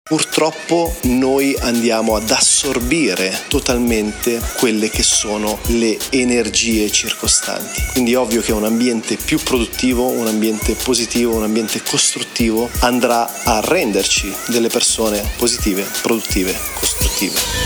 Purtroppo noi andiamo ad assorbire totalmente quelle che sono le energie circostanti. Quindi è ovvio che un ambiente più produttivo, un ambiente positivo, un ambiente costruttivo andrà a renderci delle persone positive, produttive, costruttive.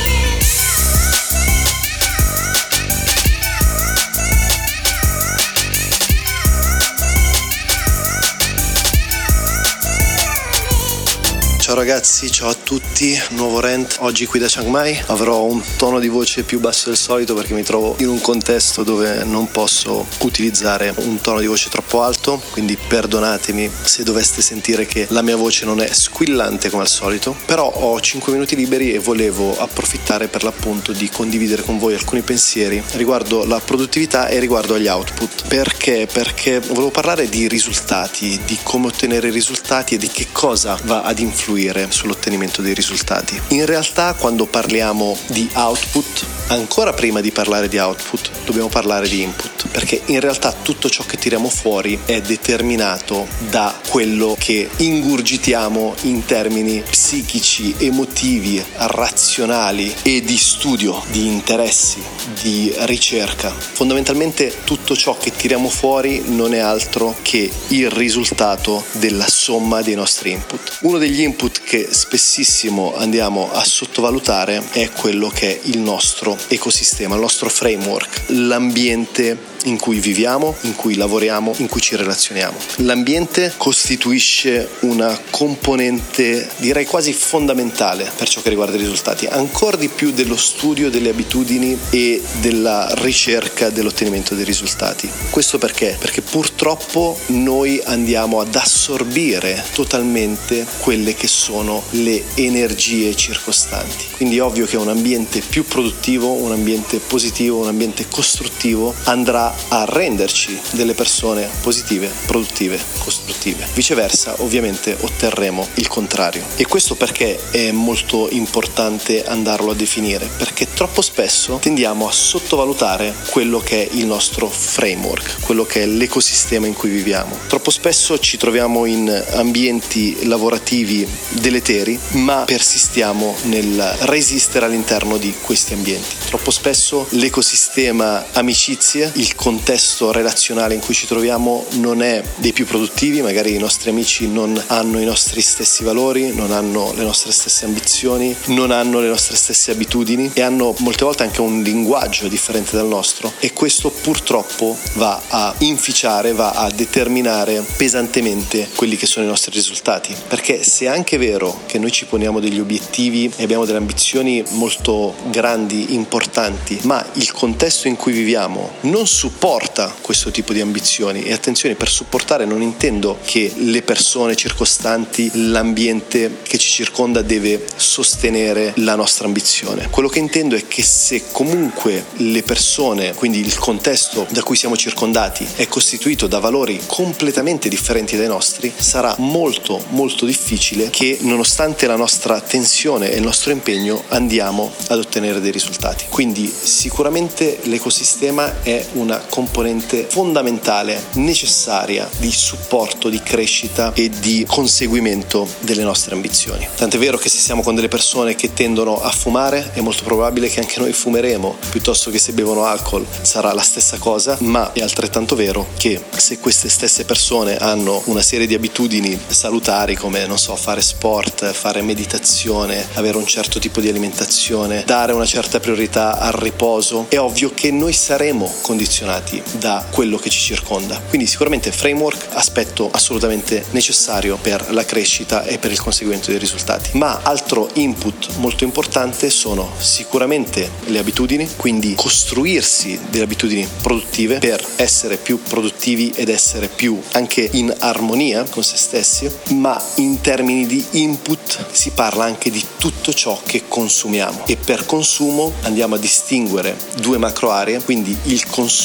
Ciao ragazzi, ciao a tutti, nuovo rant oggi qui da Chiang Mai. Avrò un tono di voce più basso del solito perché mi trovo in un contesto dove non posso utilizzare un tono di voce troppo alto, quindi perdonatemi se doveste sentire che la mia voce non è squillante come al solito, però ho 5 minuti liberi e volevo approfittare per l'appunto di condividere con voi alcuni pensieri riguardo la produttività e riguardo agli output. Perché? Perché volevo parlare di risultati, di come ottenere risultati e di che cosa va ad influire sull'ottenimento dei risultati. In realtà quando parliamo di output, ancora prima di parlare di output, dobbiamo parlare di input, perché in realtà tutto ciò che tiriamo fuori è determinato da quello che ingurgitiamo in termini psichici, emotivi, razionali e di studio, di interessi, di ricerca. Fondamentalmente tutto ciò che tiriamo fuori non è altro che il risultato della somma dei nostri input. Uno degli input che spessissimo andiamo a sottovalutare è quello che è il nostro ecosistema, il nostro framework, l'ambiente in cui viviamo, in cui lavoriamo, in cui ci relazioniamo. L'ambiente costituisce una componente, direi quasi fondamentale per ciò che riguarda i risultati, ancora di più dello studio delle abitudini e della ricerca dell'ottenimento dei risultati. Questo perché? Perché purtroppo noi andiamo ad assorbire totalmente quelle che sono le energie circostanti. Quindi è ovvio che un ambiente più produttivo, un ambiente positivo, un ambiente costruttivo andrà a renderci delle persone positive, produttive, costruttive. Viceversa, ovviamente otterremo il contrario. E questo perché è molto importante andarlo a definire? Perché troppo spesso tendiamo a sottovalutare quello che è il nostro framework, quello che è l'ecosistema in cui viviamo. Troppo spesso ci troviamo in ambienti lavorativi deleteri, ma persistiamo nel resistere all'interno di questi ambienti. Troppo spesso l'ecosistema amicizie, il contesto relazionale in cui ci troviamo non è dei più produttivi, magari i nostri amici non hanno i nostri stessi valori, non hanno le nostre stesse ambizioni, non hanno le nostre stesse abitudini e hanno molte volte anche un linguaggio differente dal nostro, e questo purtroppo va a inficiare, va a determinare pesantemente quelli che sono i nostri risultati. Perché se è anche vero che noi ci poniamo degli obiettivi e abbiamo delle ambizioni molto grandi, importanti, ma il contesto in cui viviamo non supporta questo tipo di ambizioni, e attenzione, per supportare non intendo che le persone circostanti, l'ambiente che ci circonda deve sostenere la nostra ambizione. Quello che intendo è che se comunque le persone, quindi il contesto da cui siamo circondati, è costituito da valori completamente differenti dai nostri, sarà molto difficile che, nonostante la nostra tensione e il nostro impegno, andiamo ad ottenere dei risultati. Quindi sicuramente l'ecosistema è una componente fondamentale, necessaria, di supporto, di crescita e di conseguimento delle nostre ambizioni. Tant'è vero che se siamo con delle persone che tendono a fumare, è molto probabile che anche noi fumeremo, piuttosto che se bevono alcol sarà la stessa cosa, ma è altrettanto vero che se queste stesse persone hanno una serie di abitudini salutari come, non so, fare sport, fare meditazione, avere un certo tipo di alimentazione, dare una certa priorità al riposo, è ovvio che noi saremo condizionati da quello che ci circonda. Quindi sicuramente framework, aspetto assolutamente necessario per la crescita e per il conseguimento dei risultati. Ma altro input molto importante sono sicuramente le abitudini, quindi costruirsi delle abitudini produttive per essere più produttivi ed essere più anche in armonia con se stessi. Ma in termini di input si parla anche di tutto ciò che consumiamo, e per consumo andiamo a distinguere due macro aree, quindi il consumo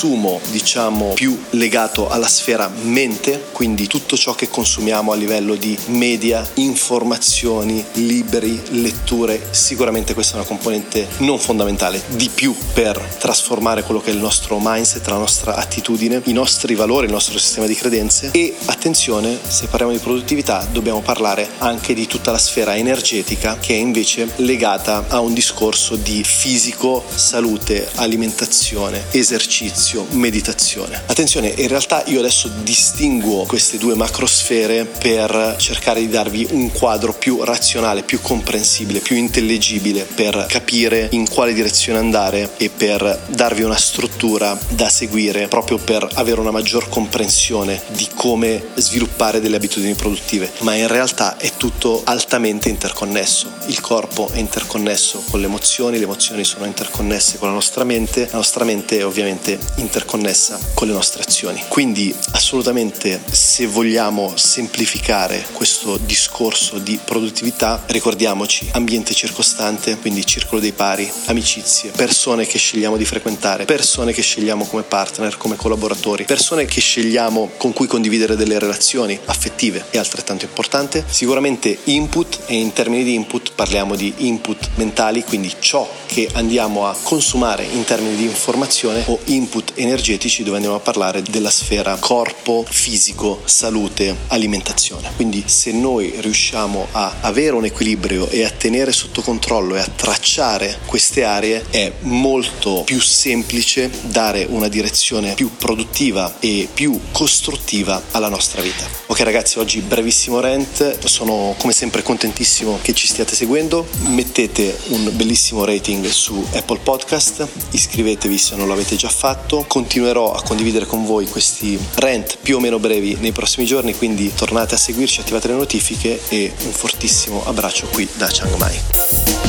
consumo, diciamo, più legato alla sfera mente, quindi tutto ciò che consumiamo a livello di media, informazioni, libri, letture. Sicuramente questa è una componente non fondamentale, di più per trasformare quello che è il nostro mindset, la nostra attitudine, i nostri valori, il nostro sistema di credenze. E attenzione, se parliamo di produttività dobbiamo parlare anche di tutta la sfera energetica, che è invece legata a un discorso di fisico, salute, alimentazione, esercizio, meditazione. Attenzione, in realtà io adesso distinguo queste due macrosfere per cercare di darvi un quadro più razionale, più comprensibile, più intellegibile, per capire in quale direzione andare e per darvi una struttura da seguire, proprio per avere una maggior comprensione di come sviluppare delle abitudini produttive. Ma in realtà è tutto altamente interconnesso. Il corpo è interconnesso con le emozioni sono interconnesse con la nostra mente è ovviamente interconnessa con le nostre azioni. Quindi assolutamente, se vogliamo semplificare questo discorso di produttività, ricordiamoci ambiente circostante, quindi circolo dei pari, amicizie, persone che scegliamo di frequentare, persone che scegliamo come partner, come collaboratori, persone che scegliamo con cui condividere delle relazioni affettive. È altrettanto importante. Sicuramente input, e in termini di input parliamo di input mentali, quindi ciò che andiamo a consumare in termini di informazione, o input energetici, dove andiamo a parlare della sfera corpo, fisico, salute, alimentazione. Quindi se noi riusciamo a avere un equilibrio e a tenere sotto controllo e a tracciare queste aree, è molto più semplice dare una direzione più produttiva e più costruttiva alla nostra vita. Ok ragazzi, oggi brevissimo rant, sono come sempre contentissimo che ci stiate seguendo. Mettete un bellissimo rating su Apple Podcast, iscrivetevi se non l'avete già fatto. Continuerò a condividere con voi questi rant più o meno brevi nei prossimi giorni, quindi tornate a seguirci, attivate le notifiche, e un fortissimo abbraccio qui da Chiang Mai.